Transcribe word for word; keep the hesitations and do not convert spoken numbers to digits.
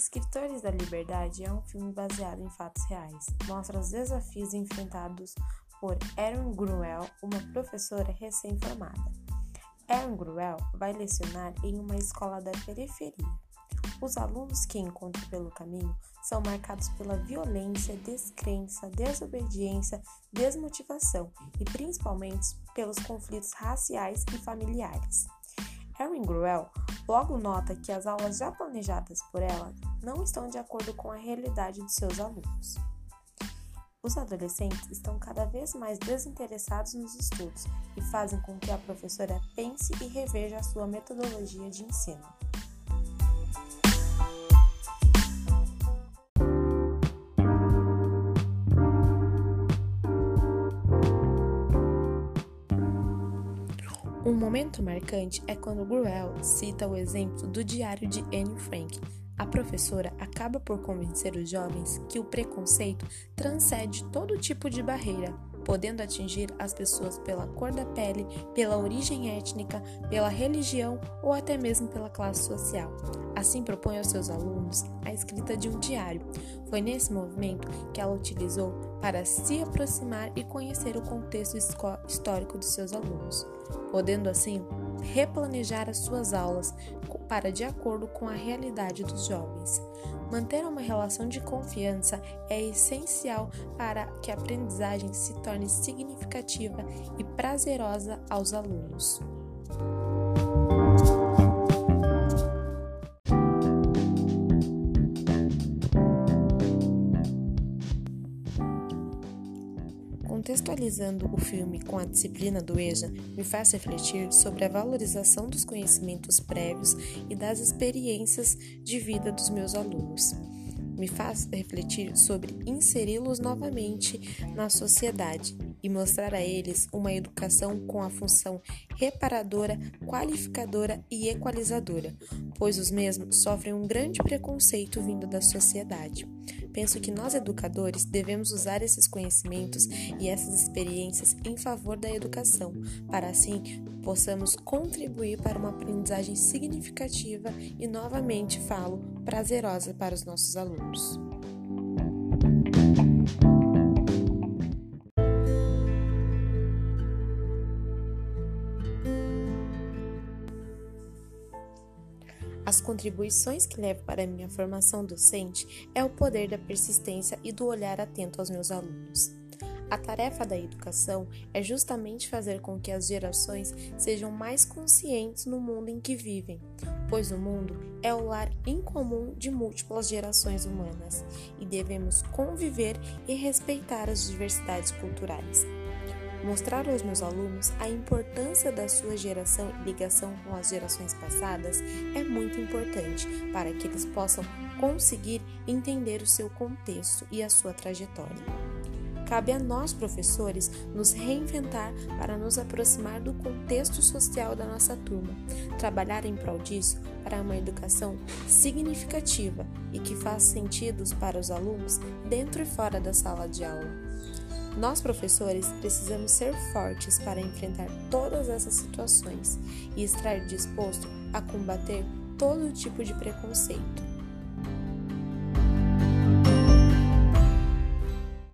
Escritores da Liberdade é um filme baseado em fatos reais. Mostra os desafios enfrentados por Erin Gruwell, uma professora recém-formada. Erin Gruwell vai lecionar em uma escola da periferia. Os alunos que encontra pelo caminho são marcados pela violência, descrença, desobediência, desmotivação e principalmente pelos conflitos raciais e familiares. Erin Gruwell logo nota que as aulas já planejadas por ela não estão de acordo com a realidade de seus alunos. Os adolescentes estão cada vez mais desinteressados nos estudos e fazem com que a professora pense e reveja a sua metodologia de ensino. Um momento marcante é quando Gruwell cita o exemplo do diário de Anne Frank. A professora acaba por convencer os jovens que o preconceito transcende todo tipo de barreira, podendo atingir as pessoas pela cor da pele, pela origem étnica, pela religião ou até mesmo pela classe social. Assim propõe aos seus alunos a escrita de um diário. Foi nesse movimento que ela utilizou para se aproximar e conhecer o contexto histórico dos seus alunos, podendo assim replanejar as suas aulas para de acordo com a realidade dos jovens. Manter uma relação de confiança é essencial para que a aprendizagem se torne significativa e prazerosa aos alunos. Contextualizando o filme com a disciplina do E J A, me faz refletir sobre a valorização dos conhecimentos prévios e das experiências de vida dos meus alunos. Me faz refletir sobre inseri-los novamente na sociedade e mostrar a eles uma educação com a função reparadora, qualificadora e equalizadora, pois os mesmos sofrem um grande preconceito vindo da sociedade. Penso que nós, educadores, devemos usar esses conhecimentos e essas experiências em favor da educação, para assim possamos contribuir para uma aprendizagem significativa e, novamente falo, prazerosa para os nossos alunos. As contribuições que levo para a minha formação docente é o poder da persistência e do olhar atento aos meus alunos. A tarefa da educação é justamente fazer com que as gerações sejam mais conscientes no mundo em que vivem, pois o mundo é o lar incomum de múltiplas gerações humanas e devemos conviver e respeitar as diversidades culturais. Mostrar aos meus alunos a importância da sua geração e ligação com as gerações passadas é muito importante para que eles possam conseguir entender o seu contexto e a sua trajetória. Cabe a nós, professores, nos reinventar para nos aproximar do contexto social da nossa turma, trabalhar em prol disso para uma educação significativa e que faça sentido para os alunos dentro e fora da sala de aula. Nós, professores, precisamos ser fortes para enfrentar todas essas situações e estar disposto a combater todo tipo de preconceito.